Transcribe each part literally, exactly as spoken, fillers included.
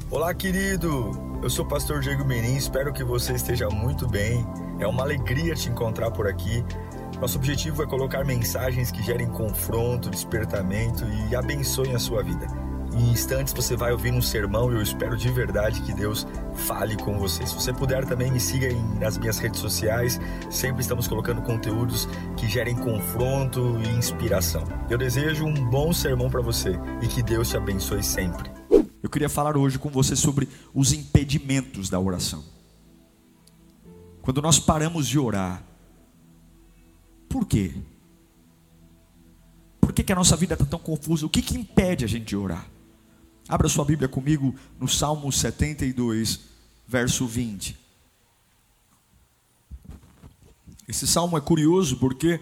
Olá, querido! Eu sou o pastor Diego Menin, espero que você esteja muito bem. É uma alegria te encontrar por aqui. Nosso objetivo é colocar mensagens que gerem confronto, despertamento e abençoem a sua vida. Em instantes você vai ouvir um sermão e eu espero de verdade que Deus fale com você. Se você puder também me siga em, nas minhas redes sociais, sempre estamos colocando conteúdos que gerem confronto e inspiração. Eu desejo um bom sermão para você e que Deus te abençoe sempre. Eu queria falar hoje com você sobre os impedimentos da oração. Quando nós paramos de orar, por quê? Por que que a nossa vida está tão confusa? O que que impede a gente de orar? Abra sua Bíblia comigo no Salmo setenta e dois, verso vinte. Esse salmo é curioso porque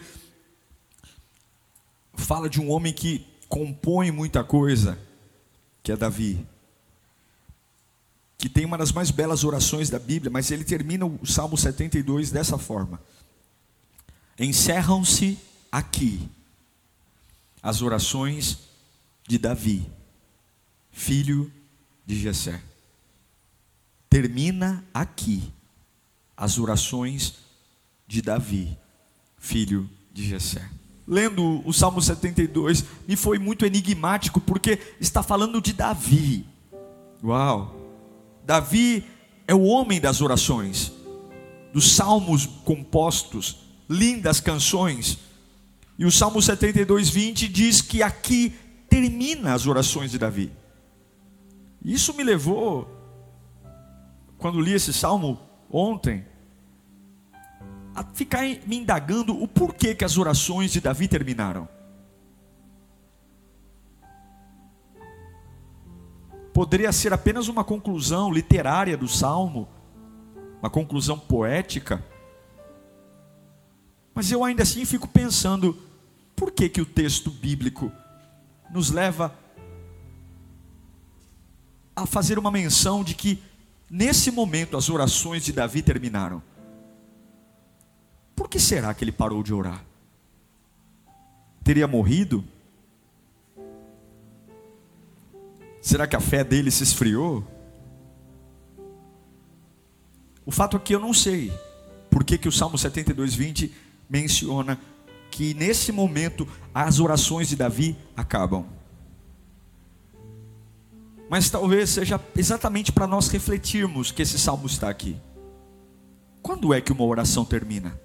fala de um homem que compõe muita coisa, que é Davi, que tem uma das mais belas orações da Bíblia, mas ele termina o Salmo setenta e dois dessa forma: encerram-se aqui as orações de Davi, filho de Jessé. Termina aqui as orações de Davi, filho de Jessé. Lendo o Salmo setenta e dois, me foi muito enigmático, porque está falando de Davi. Uau! Davi é o homem das orações, dos salmos compostos, lindas canções. E o Salmo setenta e dois, vinte diz que aqui termina as orações de Davi. Isso me levou, quando li esse salmo ontem, a ficar me indagando o porquê que as orações de Davi terminaram. Poderia ser apenas uma conclusão literária do salmo, uma conclusão poética, mas eu ainda assim fico pensando, por que que o texto bíblico nos leva a fazer uma menção de que nesse momento as orações de Davi terminaram? Por que será que ele parou de orar? Teria morrido? Será que a fé dele se esfriou? O fato é que eu não sei por que que o Salmo setenta e dois, vinte menciona que nesse momento as orações de Davi acabam. Mas talvez seja exatamente para nós refletirmos que esse salmo está aqui. Quando é que uma oração termina?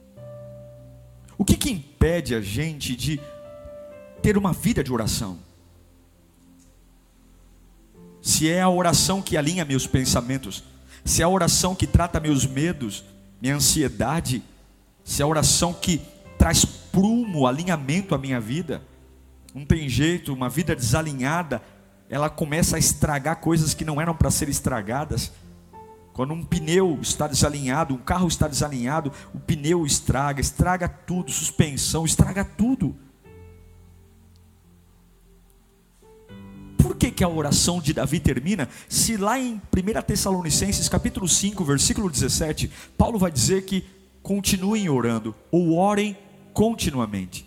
O que que impede a gente de ter uma vida de oração? Se é a oração que alinha meus pensamentos, se é a oração que trata meus medos, minha ansiedade, se é a oração que traz prumo, alinhamento à minha vida, não tem jeito, uma vida desalinhada, ela começa a estragar coisas que não eram para ser estragadas. Quando um pneu está desalinhado, um carro está desalinhado, o pneu estraga, estraga tudo, suspensão, estraga tudo. Por que que a oração de Davi termina? Se lá em primeira Tessalonicenses, capítulo cinco, versículo dezessete, Paulo vai dizer que continuem orando, ou orem continuamente.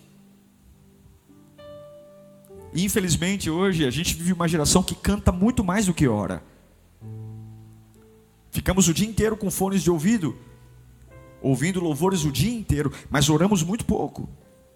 E infelizmente hoje a gente vive uma geração que canta muito mais do que ora. Ficamos o dia inteiro com fones de ouvido, ouvindo louvores o dia inteiro, mas oramos muito pouco.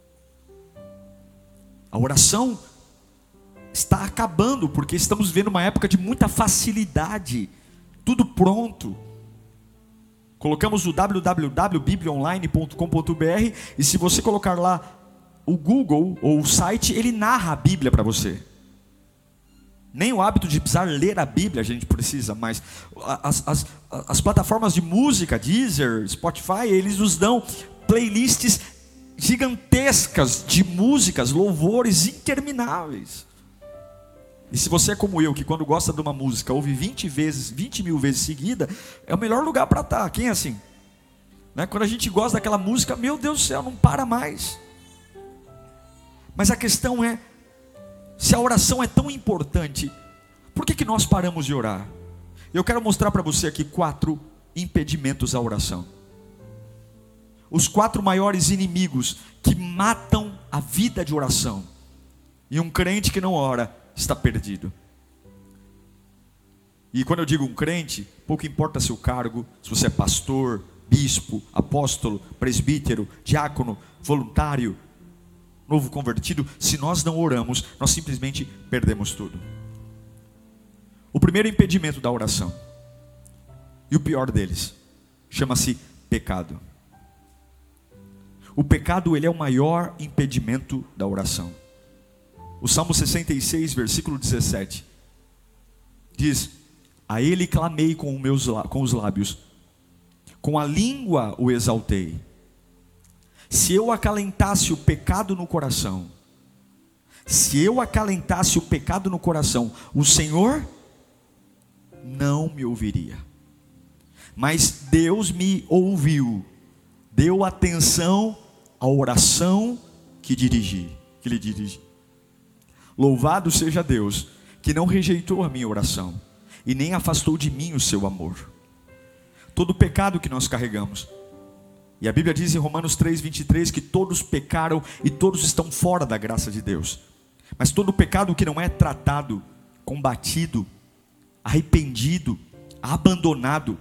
A oração está acabando, porque estamos vivendo uma época de muita facilidade, tudo pronto. Colocamos o w w w ponto bíblia online ponto com ponto b r e se você colocar lá o Google ou o site, ele narra a Bíblia para você. Nem o hábito de precisar ler a Bíblia a gente precisa, mas as, as, as plataformas de música, Deezer, Spotify, eles nos dão playlists gigantescas de músicas, louvores intermináveis. E se você é como eu, que quando gosta de uma música ouve vinte vezes, vinte mil vezes seguida, é o melhor lugar para estar. Quem é assim? Né? Quando a gente gosta daquela música, meu Deus do céu, não para mais. Mas a questão é, se a oração é tão importante, por que que nós paramos de orar? Eu quero mostrar para você aqui quatro impedimentos à oração. Os quatro maiores inimigos que matam a vida de oração. E um crente que não ora está perdido. E quando eu digo um crente, pouco importa seu cargo, se você é pastor, bispo, apóstolo, presbítero, diácono, voluntário, novo convertido, se nós não oramos, nós simplesmente perdemos tudo. O primeiro impedimento da oração, e o pior deles, chama-se pecado. O pecado, ele é o maior impedimento da oração. O Salmo sessenta e seis, versículo dezessete, diz: a ele clamei com, os meus, com os lábios, com a língua o exaltei. Se eu acalentasse o pecado no coração, se eu acalentasse o pecado no coração, o Senhor não me ouviria. Mas Deus me ouviu, deu atenção à oração que dirigi, que lhe dirigi. Louvado seja Deus, que não rejeitou a minha oração e nem afastou de mim o seu amor. Todo o pecado que nós carregamos, e a Bíblia diz em Romanos três, vinte e três, que todos pecaram e todos estão fora da graça de Deus. Mas todo o pecado que não é tratado, combatido, arrependido, abandonado,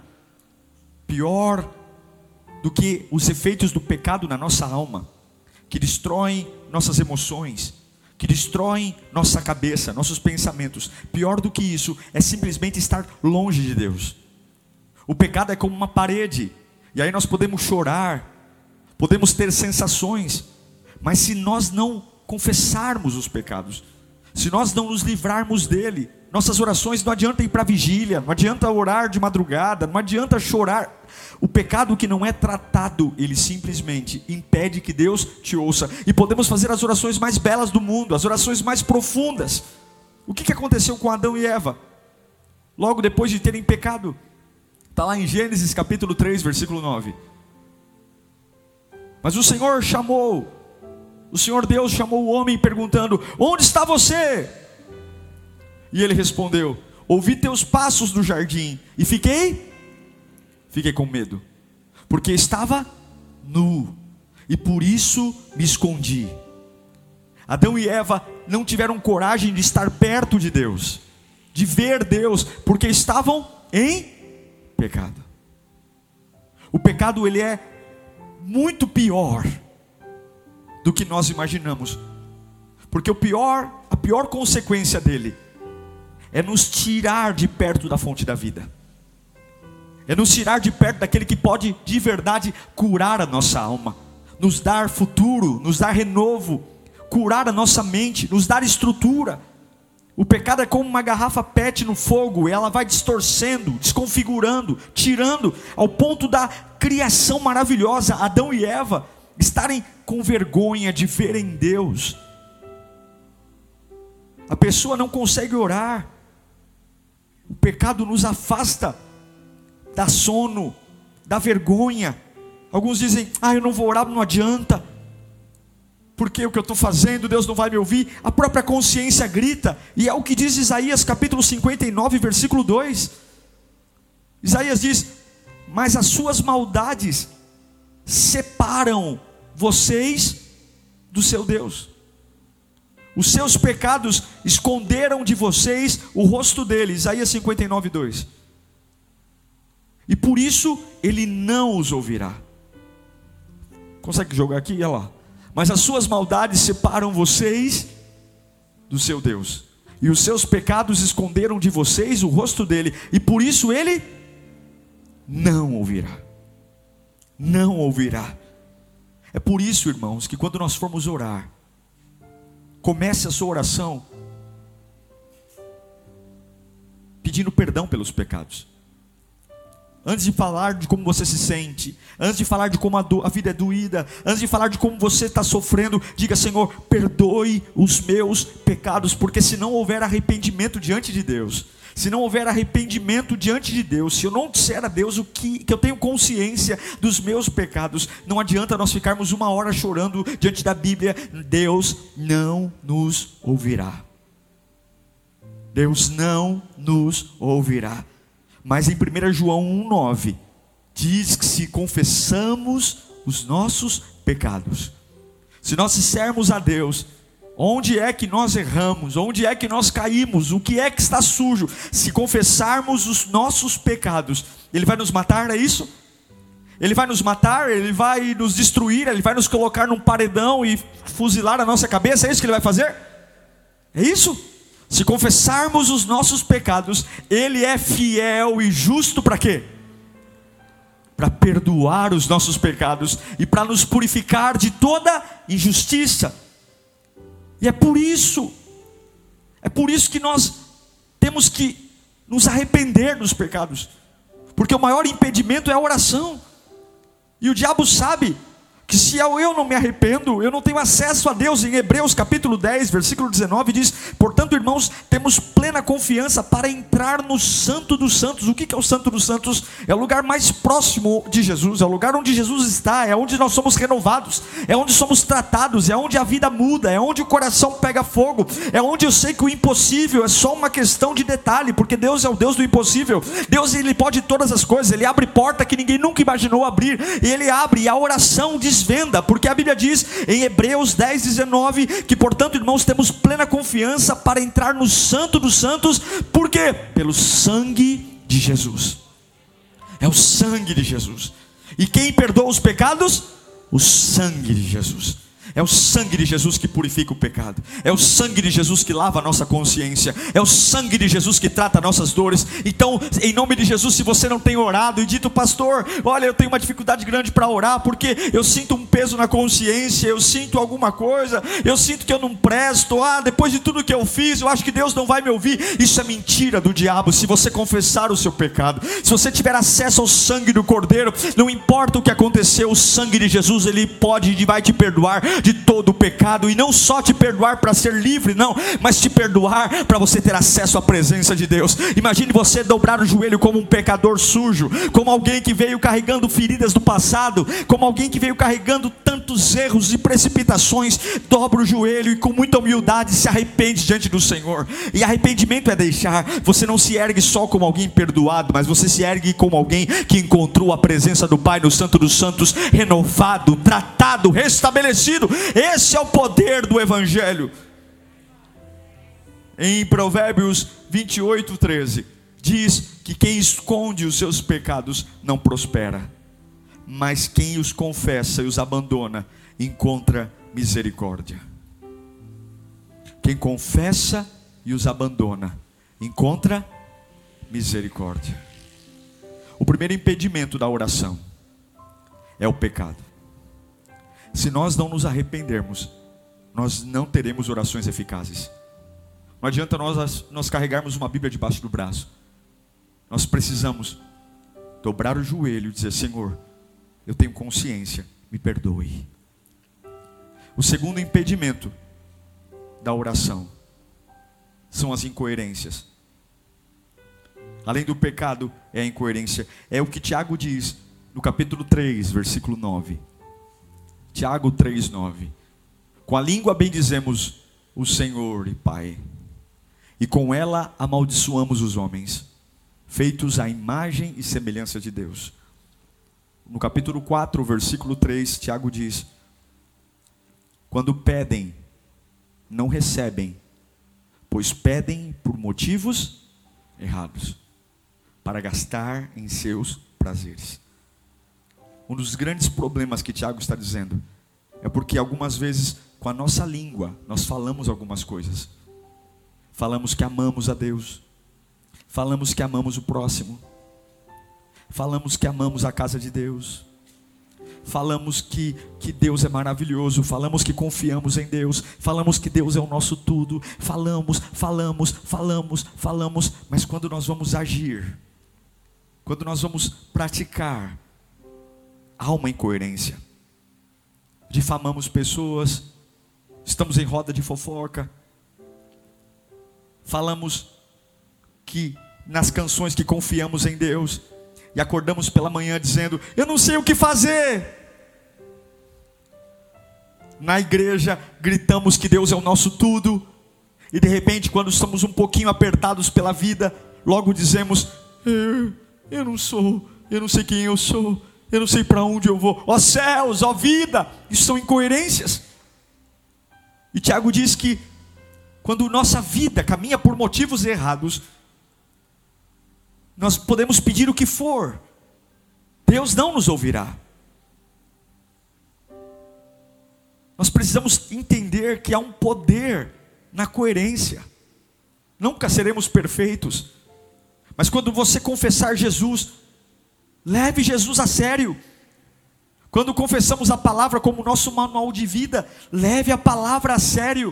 pior do que os efeitos do pecado na nossa alma, que destroem nossas emoções, que destroem nossa cabeça, nossos pensamentos. Pior do que isso é simplesmente estar longe de Deus. O pecado é como uma parede, e aí nós podemos chorar, podemos ter sensações, mas se nós não confessarmos os pecados, se nós não nos livrarmos dele, nossas orações não adianta ir para a vigília, não adianta orar de madrugada, não adianta chorar. O pecado que não é tratado, ele simplesmente impede que Deus te ouça. E podemos fazer as orações mais belas do mundo, as orações mais profundas. O que, que aconteceu com Adão e Eva? Logo depois de terem pecado, está lá em Gênesis capítulo três, versículo nove. Mas o Senhor chamou, o Senhor Deus chamou o homem perguntando: onde está você? E ele respondeu: ouvi teus passos no jardim e fiquei, fiquei com medo, porque estava nu, e por isso me escondi. Adão e Eva não tiveram coragem de estar perto de Deus, de ver Deus, porque estavam em pecado. O pecado, ele é muito pior do que nós imaginamos, porque o pior, a pior consequência dele é nos tirar de perto da fonte da vida, é nos tirar de perto daquele que pode de verdade curar a nossa alma, nos dar futuro, nos dar renovo, curar a nossa mente, nos dar estrutura. O pecado é como uma garrafa pet no fogo, e ela vai distorcendo, desconfigurando, tirando, ao ponto da criação maravilhosa, Adão e Eva, estarem com vergonha de verem Deus. A pessoa não consegue orar, o pecado nos afasta, dá sono, dá vergonha. Alguns dizem: ah, eu não vou orar, não adianta, porque o que eu estou fazendo, Deus não vai me ouvir. A própria consciência grita, e é o que diz Isaías capítulo cinquenta e nove, versículo dois. Isaías diz: mas as suas maldades separam vocês do seu Deus. Os seus pecados esconderam de vocês o rosto dele. Isaías cinquenta e nove, dois. E por isso ele não os ouvirá. Consegue jogar aqui? Olha lá. Mas as suas maldades separam vocês do seu Deus, e os seus pecados esconderam de vocês o rosto dele, e por isso ele não ouvirá. Não ouvirá. É por isso, irmãos, que quando nós formos orar, comece a sua oração pedindo perdão pelos pecados. Antes de falar de como você se sente, antes de falar de como a, do, a vida é doída, antes de falar de como você está sofrendo, diga: Senhor, perdoe os meus pecados, porque se não houver arrependimento diante de Deus, se não houver arrependimento diante de Deus, se eu não disser a Deus o que, que eu tenho consciência dos meus pecados, não adianta nós ficarmos uma hora chorando diante da Bíblia, Deus não nos ouvirá. Deus não nos ouvirá. Mas em primeira João um, nove, diz que se confessamos os nossos pecados, se nós dissermos a Deus Onde é que nós erramos? Onde é que nós caímos? O que é que está sujo? Se confessarmos os nossos pecados, Ele vai nos matar, é isso? Ele vai nos matar, Ele vai nos destruir, Ele vai nos colocar num paredão e fuzilar a nossa cabeça, é isso que Ele vai fazer? É isso? Se confessarmos os nossos pecados, Ele é fiel e justo para quê? Para perdoar os nossos pecados e para nos purificar de toda injustiça. E é por isso, é por isso que nós temos que nos arrepender dos pecados, porque o maior impedimento é a oração, e o diabo sabe que se eu não me arrependo, eu não tenho acesso a Deus. Em Hebreus capítulo dez, versículo dezenove diz: portanto, irmãos, temos plena confiança para entrar no Santo dos Santos. O que é o Santo dos Santos? É o lugar mais próximo de Jesus, é o lugar onde Jesus está, é onde nós somos renovados, é onde somos tratados, é onde a vida muda, é onde o coração pega fogo, é onde eu sei que o impossível é só uma questão de detalhe, porque Deus é o Deus do impossível. Deus, Ele pode todas as coisas, Ele abre porta que ninguém nunca imaginou abrir, e Ele abre, e a oração diz desvenda, porque a Bíblia diz em Hebreus dez, dezenove, que portanto, irmãos, temos plena confiança para entrar no Santo dos Santos. Por quê? Pelo sangue de Jesus. É o sangue de Jesus. E quem perdoa os pecados? O sangue de Jesus. É o sangue de Jesus que purifica o pecado. É o sangue de Jesus que lava a nossa consciência. É o sangue de Jesus que trata nossas dores. Então, em nome de Jesus, se você não tem orado e dito: pastor, olha, eu tenho uma dificuldade grande para orar, porque eu sinto um peso na consciência, eu sinto alguma coisa, eu sinto que eu não presto, ah, depois de tudo que eu fiz, eu acho que Deus não vai me ouvir. Isso é mentira do diabo. Se você confessar o seu pecado, se você tiver acesso ao sangue do Cordeiro, não importa o que aconteceu, o sangue de Jesus, Ele pode e vai te perdoar de todo o pecado, e não só te perdoar para ser livre, não, mas te perdoar para você ter acesso à presença de Deus. Imagine você dobrar o joelho como um pecador sujo, como alguém que veio carregando feridas do passado, como alguém que veio carregando tantos erros e precipitações. Dobra o joelho e com muita humildade se arrepende diante do Senhor. E arrependimento é deixar, você não se ergue só como alguém perdoado, mas você se ergue como alguém que encontrou a presença do Pai no Santo dos Santos, renovado, tratado, restabelecido. Esse é o poder do Evangelho. Em Provérbios vinte e oito, treze diz que quem esconde os seus pecados não prospera, mas quem os confessa e os abandona encontra misericórdia. Quem confessa e os abandona encontra misericórdia. O primeiro impedimento da oração é o pecado. Se nós não nos arrependermos, nós não teremos orações eficazes. Não adianta nós, nós carregarmos uma Bíblia debaixo do braço. Nós precisamos dobrar o joelho e dizer: Senhor, eu tenho consciência, me perdoe. O segundo impedimento da oração são as incoerências. Além do pecado, é a incoerência. É o que Tiago diz no capítulo três, versículo nove. Tiago três, nove. Com a língua bendizemos o Senhor e Pai, e com ela amaldiçoamos os homens, feitos à imagem e semelhança de Deus. No capítulo quatro, versículo três, Tiago diz: quando pedem, não recebem, pois pedem por motivos errados, para gastar em seus prazeres. Um dos grandes problemas que Tiago está dizendo é porque algumas vezes com a nossa língua nós falamos algumas coisas. Falamos que amamos a Deus, falamos que amamos o próximo, falamos que amamos a casa de Deus, falamos que, que Deus é maravilhoso, falamos que confiamos em Deus, falamos que Deus é o nosso tudo, falamos, falamos, falamos, falamos, mas quando nós vamos agir, quando nós vamos praticar, há uma incoerência. Difamamos pessoas, estamos em roda de fofoca, falamos que nas canções que confiamos em Deus, e acordamos pela manhã dizendo: eu não sei o que fazer. Na igreja gritamos que Deus é o nosso tudo, e de repente, quando estamos um pouquinho apertados pela vida, logo dizemos: eu, eu não sou, eu não sei quem eu sou, eu não sei para onde eu vou. Ó céus, ó vida, isso são incoerências. E Tiago diz que quando nossa vida caminha por motivos errados, nós podemos pedir o que for, Deus não nos ouvirá. Nós precisamos entender que há um poder na coerência. Nunca seremos perfeitos, mas quando você confessar Jesus, leve Jesus a sério. Quando confessamos a palavra como nosso manual de vida, leve a palavra a sério.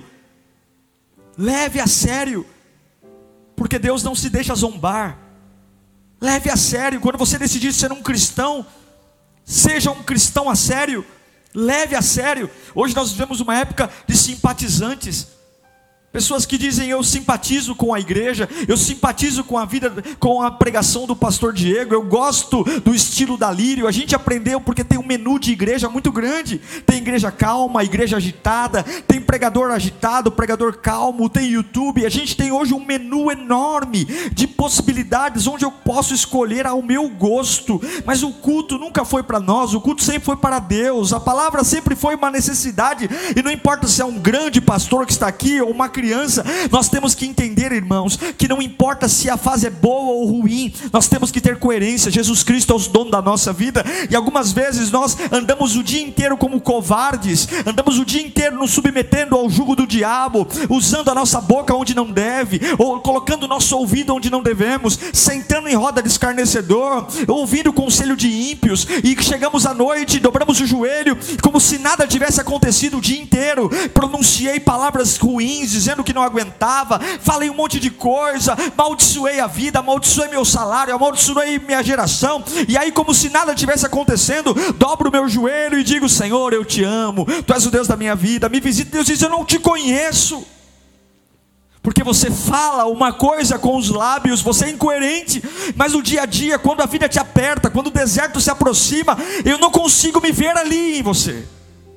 Leve a sério, porque Deus não se deixa zombar. Leve a sério. Quando você decidir ser um cristão, seja um cristão a sério. Leve a sério. Hoje nós vivemos uma época de simpatizantes. Pessoas que dizem: eu simpatizo com a igreja, eu simpatizo com a vida, com a pregação do pastor Diego, eu gosto do estilo da Lírio. A gente aprendeu porque tem um menu de igreja muito grande. Tem igreja calma, igreja agitada, tem pregador agitado, pregador calmo, tem YouTube. A gente tem hoje um menu enorme de possibilidades onde eu posso escolher ao meu gosto. Mas o culto nunca foi para nós, o culto sempre foi para Deus. A palavra sempre foi uma necessidade, e não importa se é um grande pastor que está aqui ou uma criança. Criança, nós temos que entender, irmãos, que não importa se a fase é boa ou ruim, nós temos que ter coerência. Jesus Cristo é o dono da nossa vida, e algumas vezes nós andamos o dia inteiro como covardes, andamos o dia inteiro nos submetendo ao jugo do diabo, usando a nossa boca onde não deve, ou colocando o nosso ouvido onde não devemos, sentando em roda de escarnecedor, ouvindo o conselho de ímpios, e chegamos à noite, dobramos o joelho, como se nada tivesse acontecido o dia inteiro. Pronunciei palavras ruins, dizendo que não aguentava, falei um monte de coisa, amaldiçoei a vida, amaldiçoei meu salário, amaldiçoei minha geração, e aí, como se nada tivesse acontecendo, dobro o meu joelho e digo: Senhor, eu te amo, Tu és o Deus da minha vida, me visita. Deus diz: eu não te conheço, porque você fala uma coisa com os lábios, você é incoerente, mas no dia a dia, quando a vida te aperta, quando o deserto se aproxima, eu não consigo me ver ali em você.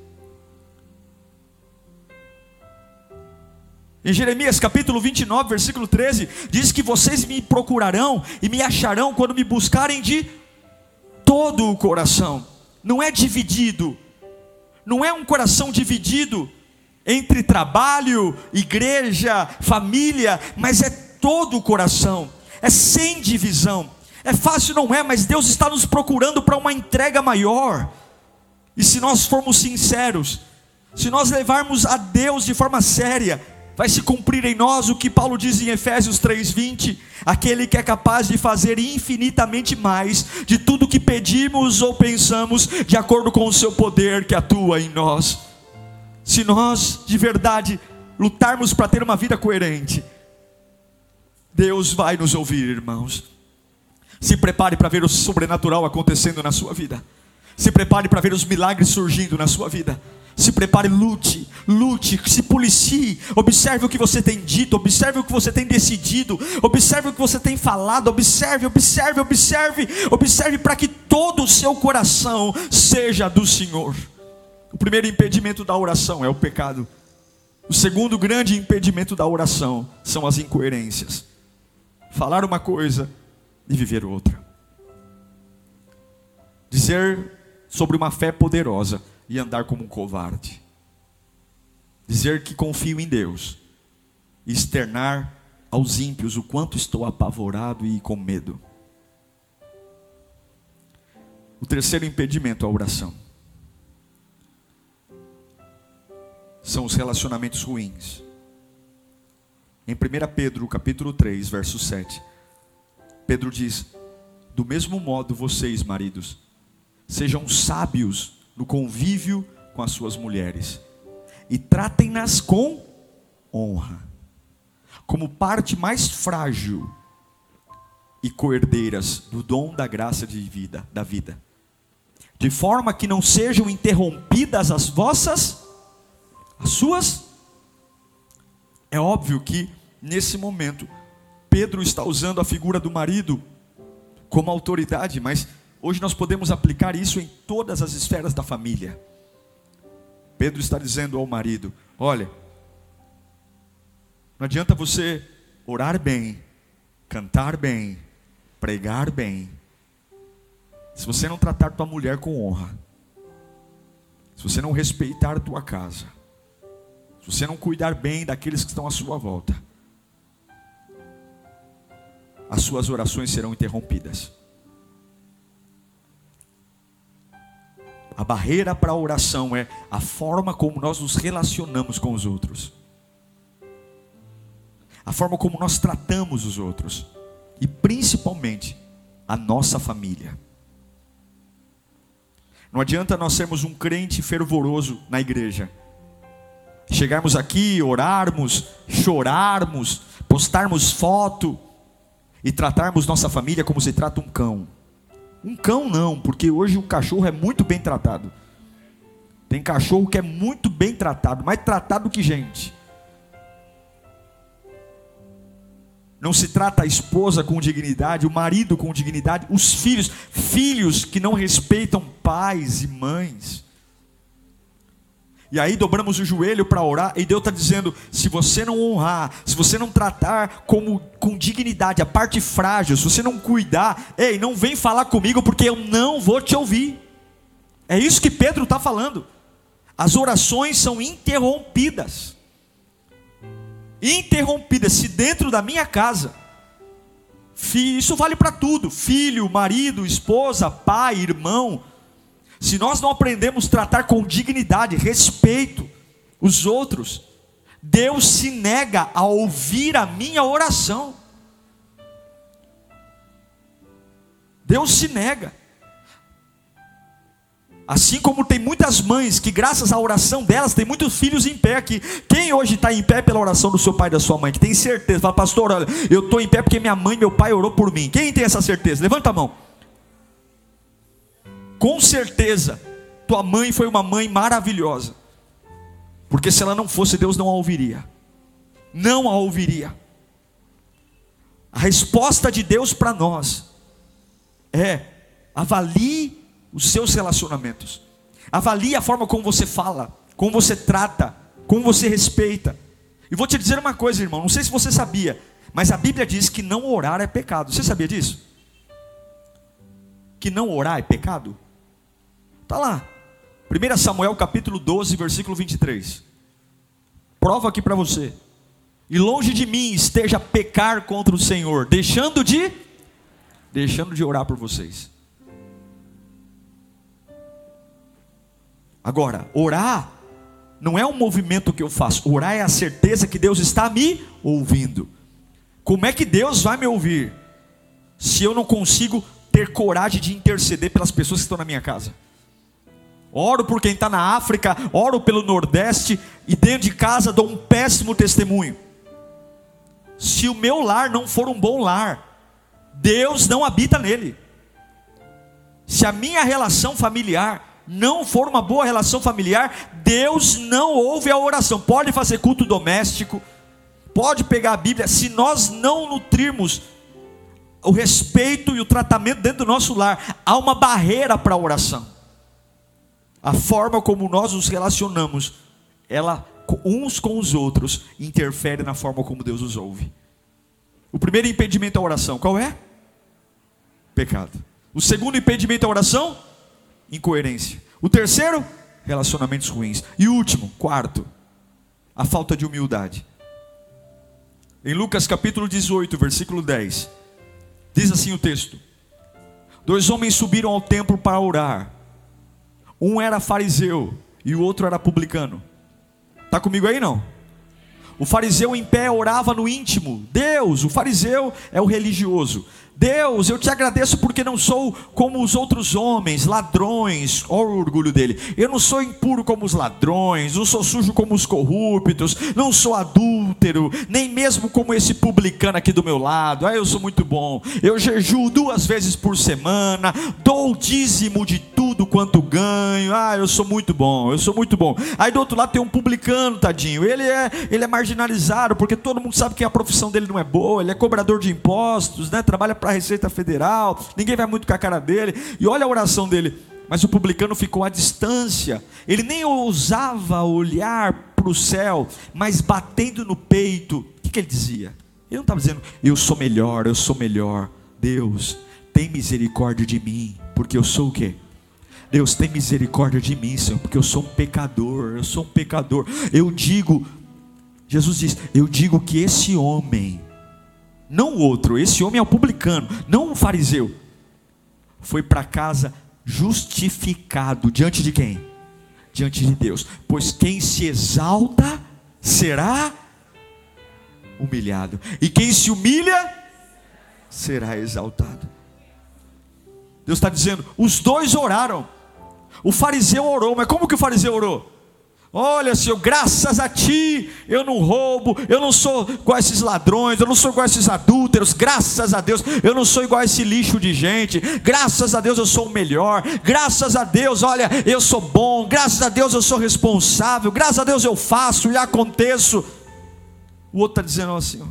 Em Jeremias capítulo vinte e nove, versículo treze, diz que vocês me procurarão e me acharão quando me buscarem de todo o coração. Não é dividido, não é um coração dividido entre trabalho, igreja, família, mas é todo o coração, é sem divisão. É fácil, não é, mas Deus está nos procurando para uma entrega maior. E se nós formos sinceros, se nós levarmos a Deus de forma séria, vai se cumprir em nós o que Paulo diz em Efésios três, vinte, aquele que é capaz de fazer infinitamente mais de tudo que pedimos ou pensamos, de acordo com o seu poder que atua em nós. Se nós de verdade lutarmos para ter uma vida coerente, Deus vai nos ouvir, irmãos. Se prepare para ver o sobrenatural acontecendo na sua vida. Se prepare para ver os milagres surgindo na sua vida. Se prepare, lute, lute, se policie, observe o que você tem dito, observe o que você tem decidido, observe o que você tem falado, observe, observe, observe, observe para que todo o seu coração seja do Senhor. O primeiro impedimento da oração é o pecado. O segundo grande impedimento da oração são as incoerências. Falar uma coisa e viver outra. Dizer sobre uma fé poderosa e andar como um covarde. Dizer que confio em Deus e externar aos ímpios o quanto estou apavorado e com medo. O terceiro impedimento à oração são os relacionamentos ruins. Em primeira Pedro, capítulo três, verso sete, Pedro diz: do mesmo modo vocês, maridos, sejam sábios no convívio com as suas mulheres, e tratem-nas com honra, como parte mais frágil e coerdeiras do dom da graça de vida, da vida, de forma que não sejam interrompidas as vossas, as suas. É óbvio que nesse momento Pedro está usando a figura do marido como autoridade, mas hoje nós podemos aplicar isso em todas as esferas da família. Pedro está dizendo ao marido: olha, não adianta você orar bem, cantar bem, pregar bem, se você não tratar tua mulher com honra, se você não respeitar tua casa, se se você não cuidar bem daqueles que estão à sua volta, as suas orações serão interrompidas. A barreira para a oração é a forma como nós nos relacionamos com os outros, a forma como nós tratamos os outros, e principalmente a nossa família. Não adianta nós sermos um crente fervoroso na igreja, chegarmos aqui, orarmos, chorarmos, postarmos foto e tratarmos nossa família como se trata um cão. Um cão não, porque hoje o cachorro é muito bem tratado. Tem cachorro que é muito bem tratado, mais tratado que gente. Não se trata a esposa com dignidade, o marido com dignidade, os filhos, filhos que não respeitam pais e mães. E aí dobramos o joelho para orar, e Deus está dizendo, se você não honrar, se você não tratar como, com dignidade a parte frágil, se você não cuidar, ei, não vem falar comigo porque eu não vou te ouvir. É isso que Pedro está falando. As orações são interrompidas. Interrompidas. Se dentro da minha casa, isso vale para tudo, filho, marido, esposa, pai, irmão, se nós não aprendemos a tratar com dignidade, respeito os outros, Deus se nega a ouvir a minha oração. Deus se nega. Assim como tem muitas mães que graças à oração delas, tem muitos filhos em pé aqui. Quem hoje está em pé pela oração do seu pai e da sua mãe, que tem certeza, fala, pastor, olha, eu estou em pé porque minha mãe e meu pai orou por mim. Quem tem essa certeza? Levanta a mão. Com certeza, tua mãe foi uma mãe maravilhosa, porque se ela não fosse, Deus não a ouviria. Não a ouviria. A resposta de Deus para nós é: avalie os seus relacionamentos, avalie a forma como você fala, como você trata, como você respeita. E vou te dizer uma coisa, irmão, não sei se você sabia, mas a Bíblia diz que não orar é pecado. Você sabia disso? Que não orar é pecado? Está lá, primeiro Samuel capítulo doze, versículo vinte e três. Prova aqui para você. E longe de mim esteja pecar contra o Senhor, deixando de Deixando de orar por vocês. Agora, orar não é um movimento que eu faço. Orar é a certeza que Deus está me ouvindo. Como é que Deus vai me ouvir se eu não consigo ter coragem de interceder pelas pessoas que estão na minha casa? Oro por quem está na África, oro pelo Nordeste, e dentro de casa dou um péssimo testemunho. Se o meu lar não for um bom lar, Deus não habita nele. Se a minha relação familiar não for uma boa relação familiar, Deus não ouve a oração. Pode fazer culto doméstico, pode pegar a Bíblia, se nós não nutrirmos o respeito e o tratamento dentro do nosso lar, há uma barreira para a oração. A forma como nós nos relacionamos, ela uns com os outros, interfere na forma como Deus os ouve. O primeiro impedimento à oração, qual é? Pecado. O segundo impedimento à oração? Incoerência. O terceiro? Relacionamentos ruins. E o último, quarto, a falta de humildade. Em Lucas capítulo dezoito, versículo dez, diz assim o texto: dois homens subiram ao templo para orar. Um era fariseu e o outro era publicano. Está comigo aí não? O fariseu em pé orava no íntimo. Deus, o fariseu é o religioso. Deus, eu te agradeço porque não sou como os outros homens, ladrões. Olha o orgulho dele. Eu não sou impuro como os ladrões, não sou sujo como os corruptos, não sou adúltero, nem mesmo como esse publicano aqui do meu lado. Ah, eu sou muito bom. Eu jejuo duas vezes por semana, dou o dízimo de tudo quanto ganho. Ah, eu sou muito bom, eu sou muito bom. Aí do outro lado tem um publicano, tadinho. Ele é, ele é marginalizado, porque todo mundo sabe que a profissão dele não é boa. Ele é cobrador de impostos, né? Trabalha para a Receita Federal, ninguém vai muito com a cara dele. E olha a oração dele. Mas o publicano ficou à distância. Ele nem ousava olhar para o céu, mas batendo no peito. O que, que ele dizia? Ele não estava dizendo: eu sou melhor, eu sou melhor. Deus, tem misericórdia de mim, porque eu sou o quê? Deus, tem misericórdia de mim, Senhor, porque eu sou um pecador. Eu sou um pecador. Eu digo Jesus diz: eu digo que esse homem, não o outro, esse homem é o publicano, não o fariseu, foi para casa justificado diante de quem? Diante de Deus. Pois quem se exalta será humilhado, e quem se humilha será exaltado. Deus está dizendo, os dois oraram. O fariseu orou, mas como que o fariseu orou? Olha, Senhor, graças a Ti, eu não roubo, eu não sou igual a esses ladrões, eu não sou igual a esses adúlteros, graças a Deus, eu não sou igual a esse lixo de gente, graças a Deus eu sou o melhor, graças a Deus, olha, eu sou bom, graças a Deus eu sou responsável, graças a Deus eu faço e aconteço. O outro está dizendo assim, ó,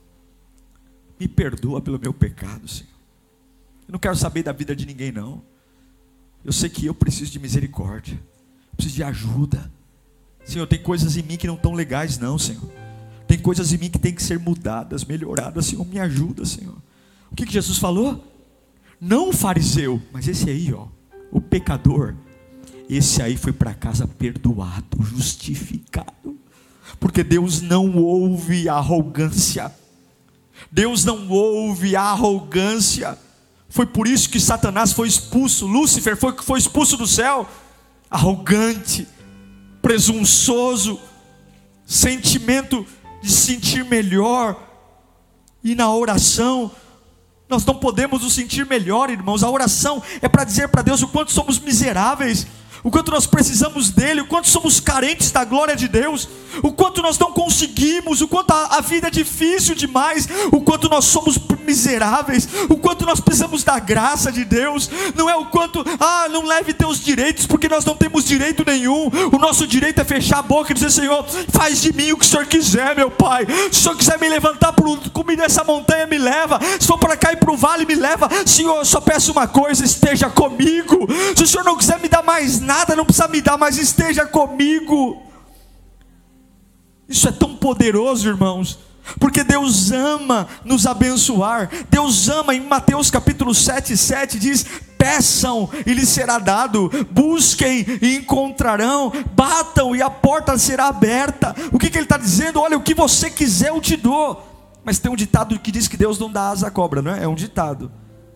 me perdoa pelo meu pecado, Senhor, eu não quero saber da vida de ninguém não, eu sei que eu preciso de misericórdia, preciso de ajuda. Senhor, tem coisas em mim que não estão legais não, Senhor. Tem coisas em mim que tem que ser mudadas, melhoradas. Senhor, me ajuda, Senhor. O que que Jesus falou? Não o fariseu, mas esse aí, ó, o pecador. Esse aí foi para casa perdoado, justificado. Porque Deus não ouve a arrogância. Deus não ouve a arrogância. Foi por isso que Satanás foi expulso. Lúcifer foi, foi expulso do céu. Arrogante, presunçoso, sentimento de sentir melhor. E na oração nós não podemos nos sentir melhor, irmãos. A oração é para dizer para Deus o quanto somos miseráveis, o quanto nós precisamos dele, o quanto somos carentes da glória de Deus, o quanto nós não conseguimos, o quanto a, a vida é difícil demais, o quanto nós somos miseráveis, o quanto nós precisamos da graça de Deus. Não é o quanto, ah, não leve teus direitos, porque nós não temos direito nenhum. O nosso direito é fechar a boca e dizer, Senhor, faz de mim o que o Senhor quiser, meu Pai. Se o Senhor quiser me levantar para comer essa montanha, me leva. Se for para cair para o vale, me leva. Senhor, eu só peço uma coisa, esteja comigo. Se o Senhor não quiser me dar mais nada, não precisa me dar, mas esteja comigo. Isso é tão poderoso, irmãos, porque Deus ama nos abençoar. Deus ama, em Mateus capítulo sete, sete diz, peçam e lhes será dado, busquem e encontrarão, batam e a porta será aberta. O que, que ele está dizendo? Olha, o que você quiser eu te dou. Mas tem um ditado que diz que Deus não dá asa à cobra, não é? É um ditado.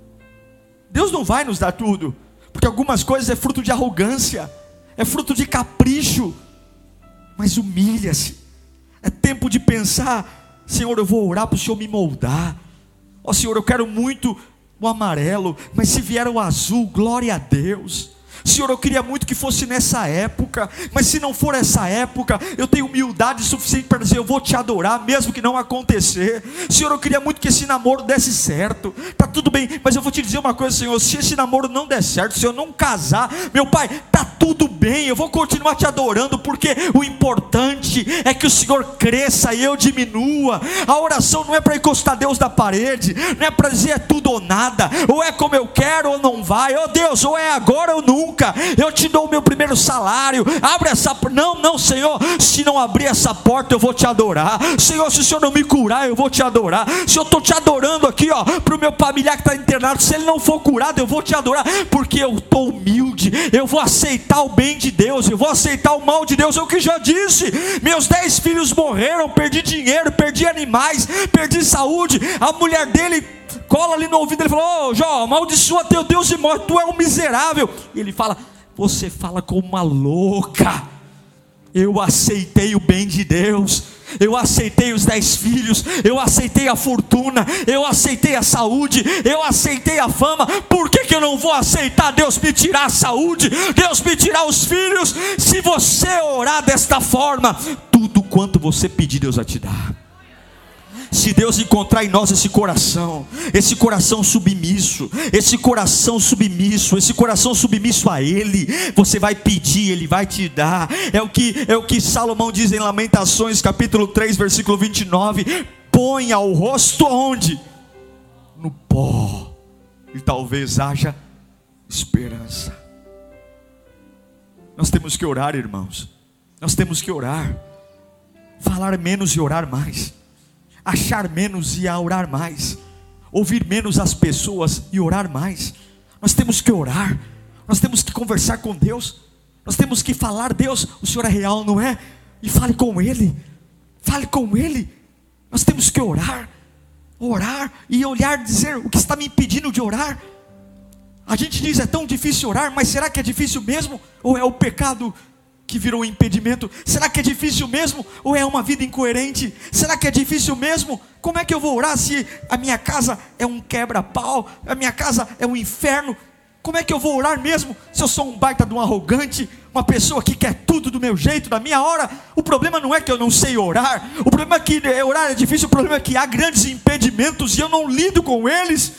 Deus não vai nos dar tudo, porque algumas coisas é fruto de arrogância, é fruto de capricho. Mas humilha-se. É tempo de pensar, Senhor, eu vou orar para o Senhor me moldar. Ó oh, Senhor, eu quero muito o amarelo, mas se vier o azul, glória a Deus. Senhor, eu queria muito que fosse nessa época, mas se não for essa época, eu tenho humildade suficiente para dizer, eu vou te adorar, mesmo que não acontecer. Senhor, eu queria muito que esse namoro desse certo. Tá tudo bem, mas eu vou te dizer uma coisa, Senhor, se esse namoro não der certo, se eu não casar, meu Pai, tá tudo bem, eu vou continuar te adorando, porque o importante é que o Senhor cresça e eu diminua. A oração não é para encostar Deus na parede, não é para dizer é tudo ou nada, ou é como eu quero ou não vai. Oh Deus, ou é agora ou nunca. Eu te dou o meu primeiro salário, abre essa, não, não Senhor, se não abrir essa porta eu vou te adorar. Senhor, se o Senhor não me curar eu vou te adorar. Se eu estou te adorando aqui, ó, para o meu familiar que está internado, se ele não for curado eu vou te adorar, porque eu estou humilde, eu vou aceitar o bem de Deus, eu vou aceitar o mal de Deus. É o que já disse, meus dez filhos morreram, perdi dinheiro, perdi animais, perdi saúde. A mulher dele cola ali no ouvido dele e fala, ô oh, Jó, amaldiçoa teu Deus e morre, tu é um miserável. E ele fala, você fala como uma louca. Eu aceitei o bem de Deus, eu aceitei os dez filhos, eu aceitei a fortuna, eu aceitei a saúde, eu aceitei a fama. Por que que eu não vou aceitar Deus me tirar a saúde, Deus me tirar os filhos? Se você orar desta forma, tudo quanto você pedir Deus vai te dar. Se Deus encontrar em nós esse coração, esse coração submisso, esse coração submisso, esse coração submisso a Ele, você vai pedir, Ele vai te dar. É o que, é o que Salomão diz em Lamentações capítulo três, versículo vinte e nove, ponha o rosto onde? No pó, e talvez haja esperança. Nós temos que orar, irmãos, nós temos que orar, falar menos e orar mais, achar menos e orar mais, ouvir menos as pessoas e orar mais. Nós temos que orar, nós temos que conversar com Deus, nós temos que falar, Deus, o Senhor é real, não é? E fale com Ele. Fale com Ele. Nós temos que orar, orar e olhar e dizer: o que está me impedindo de orar? A gente diz: é tão difícil orar, mas será que é difícil mesmo? Ou é o pecado que virou um impedimento? Será que é difícil mesmo? Ou é uma vida incoerente? Será que é difícil mesmo? Como é que eu vou orar se a minha casa é um quebra-pau? A minha casa é um inferno? Como é que eu vou orar mesmo se eu sou um baita de um arrogante? Uma pessoa que quer tudo do meu jeito, da minha hora? O problema não é que eu não sei orar. O problema é que orar é difícil. O problema é que há grandes impedimentos e eu não lido com eles.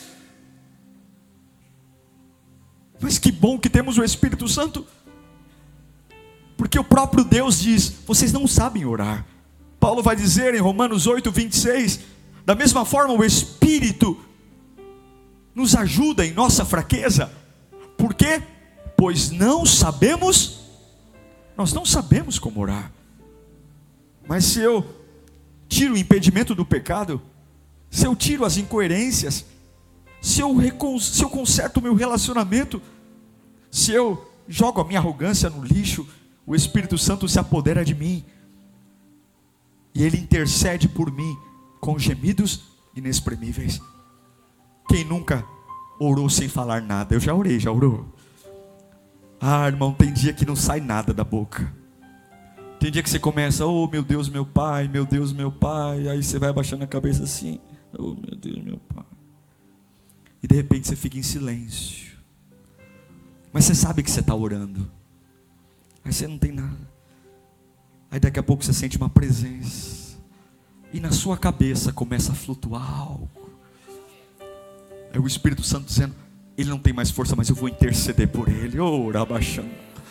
Mas que bom que temos o Espírito Santo, porque o próprio Deus diz: vocês não sabem orar. Paulo vai dizer em Romanos oito, vinte e seis: da mesma forma o Espírito nos ajuda em nossa fraqueza. Por quê? Pois não sabemos, nós não sabemos como orar. Mas se eu tiro o impedimento do pecado, se eu tiro as incoerências, se eu, recon, se eu conserto o meu relacionamento, se eu jogo a minha arrogância no lixo, o Espírito Santo se apodera de mim, e Ele intercede por mim com gemidos inexprimíveis. Quem nunca orou sem falar nada? Eu já orei, já orou? Ah, irmão, tem dia que não sai nada da boca. Tem dia que você começa: oh meu Deus, meu Pai, meu Deus, meu Pai. Aí você vai abaixando a cabeça assim: oh meu Deus, meu Pai. E de repente você fica em silêncio, mas você sabe que você está orando. Aí você não tem nada. Aí daqui a pouco você sente uma presença, e na sua cabeça começa a flutuar algo. É o Espírito Santo dizendo: ele não tem mais força, mas eu vou interceder por ele. Oh, Rabaxão.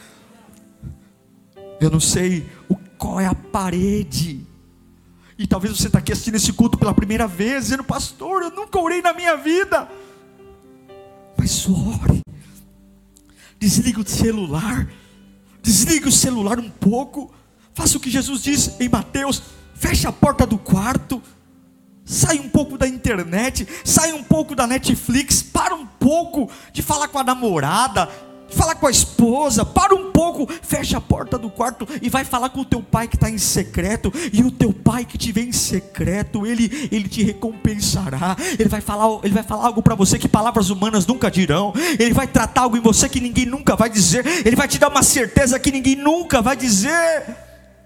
Eu não sei o, qual é a parede. E talvez você está aqui assistindo esse culto pela primeira vez, dizendo: pastor, eu nunca orei na minha vida. Mas ore. Desliga o celular. Desliga o celular um pouco. Faça o que Jesus disse em Mateus: fecha a porta do quarto. Sai um pouco da internet. Sai um pouco da Netflix. Para um pouco de falar com a namorada, de falar com a esposa. Para um pouco. Fecha a porta do quarto e vai falar com o teu pai que está em secreto. E o teu pai que te vê em secreto, Ele, ele te recompensará. Ele vai falar, ele vai falar algo para você que palavras humanas nunca dirão. Ele vai tratar algo em você que ninguém nunca vai dizer. Ele vai te dar uma certeza que ninguém nunca vai dizer.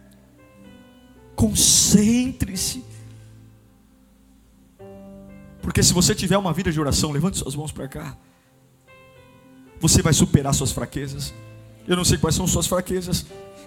Concentre-se. Porque se você tiver uma vida de oração, levante suas mãos para cá, você vai superar suas fraquezas. Eu não sei quais são suas fraquezas,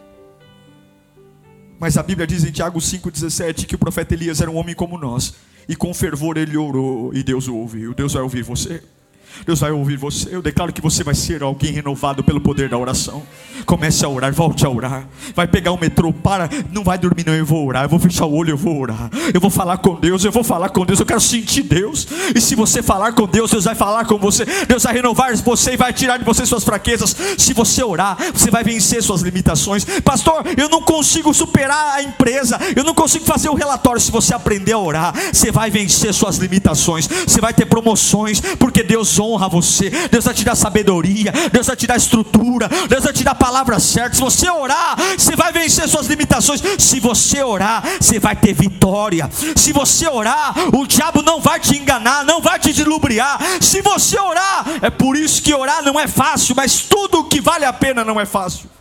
mas a Bíblia diz em Tiago cinco, dezessete que o profeta Elias era um homem como nós, e com fervor ele orou, e Deus o ouviu. Deus vai ouvir você. Deus vai ouvir você. Eu declaro que você vai ser alguém renovado pelo poder da oração. Comece a orar, volte a orar. Vai pegar o metrô, para, não vai dormir não, eu vou orar. Eu vou fechar o olho, eu vou orar. Eu vou falar com Deus, eu vou falar com Deus. Eu quero sentir Deus. E se você falar com Deus, Deus vai falar com você. Deus vai renovar você e vai tirar de você suas fraquezas. Se você orar, você vai vencer suas limitações. Pastor, eu não consigo superar a empresa, eu não consigo fazer o relatório. Se você aprender a orar, você vai vencer suas limitações. Você vai ter promoções, porque Deus honra você. Deus vai te dar sabedoria, Deus vai te dar estrutura, Deus vai te dar a palavra certa. Se você orar, você vai vencer suas limitações. Se você orar, você vai ter vitória. Se você orar, o diabo não vai te enganar, não vai te dilubriar. Se você orar, é por isso que orar não é fácil, mas tudo que vale a pena não é fácil.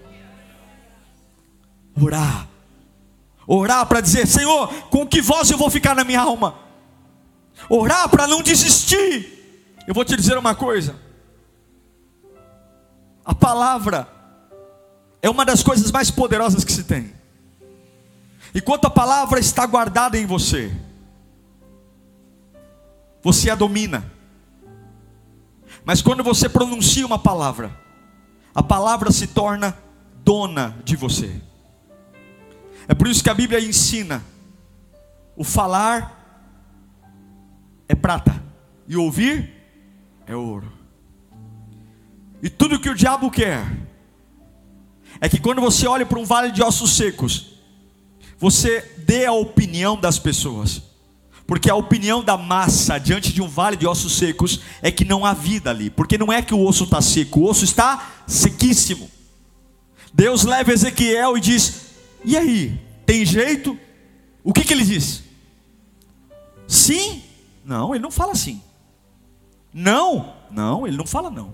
Orar, orar para dizer: Senhor, com que voz eu vou ficar na minha alma? Orar para não desistir. Eu vou te dizer uma coisa: a palavra é uma das coisas mais poderosas que se tem. Enquanto a palavra está guardada em você, você a domina. Mas quando você pronuncia uma palavra, a palavra se torna dona de você. É por isso que a Bíblia ensina: o falar é prata e o ouvir é ouro. E tudo que o diabo quer é que quando você olha para um vale de ossos secos, você dê a opinião das pessoas. Porque a opinião da massa diante de um vale de ossos secos é que não há vida ali. Porque não é que o osso está seco, o osso está sequíssimo. Deus leva Ezequiel e diz: e aí, tem jeito? o que que ele diz? Sim? Não, ele não fala sim. Não? Não, ele não fala não.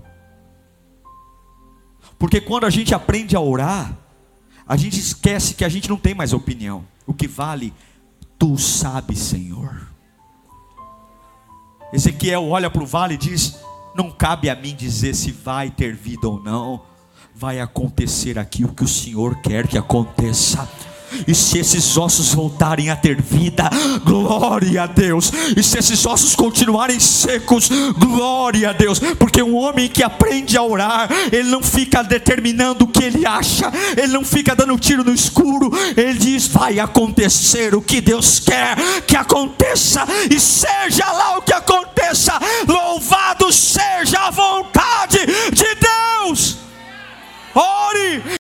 Porque quando a gente aprende a orar, a gente esquece que a gente não tem mais opinião. O que vale, tu sabes, Senhor. Ezequiel olha para o vale e diz: não cabe a mim dizer se vai ter vida ou não. Vai acontecer aqui o que o Senhor quer que aconteça. E se esses ossos voltarem a ter vida, glória a Deus. E se esses ossos continuarem secos, glória a Deus. Porque um homem que aprende a orar, ele não fica determinando o que ele acha, ele não fica dando tiro no escuro. Ele diz: vai acontecer o que Deus quer que aconteça, e seja lá o que aconteça, louvado seja a vontade de Deus. Ore.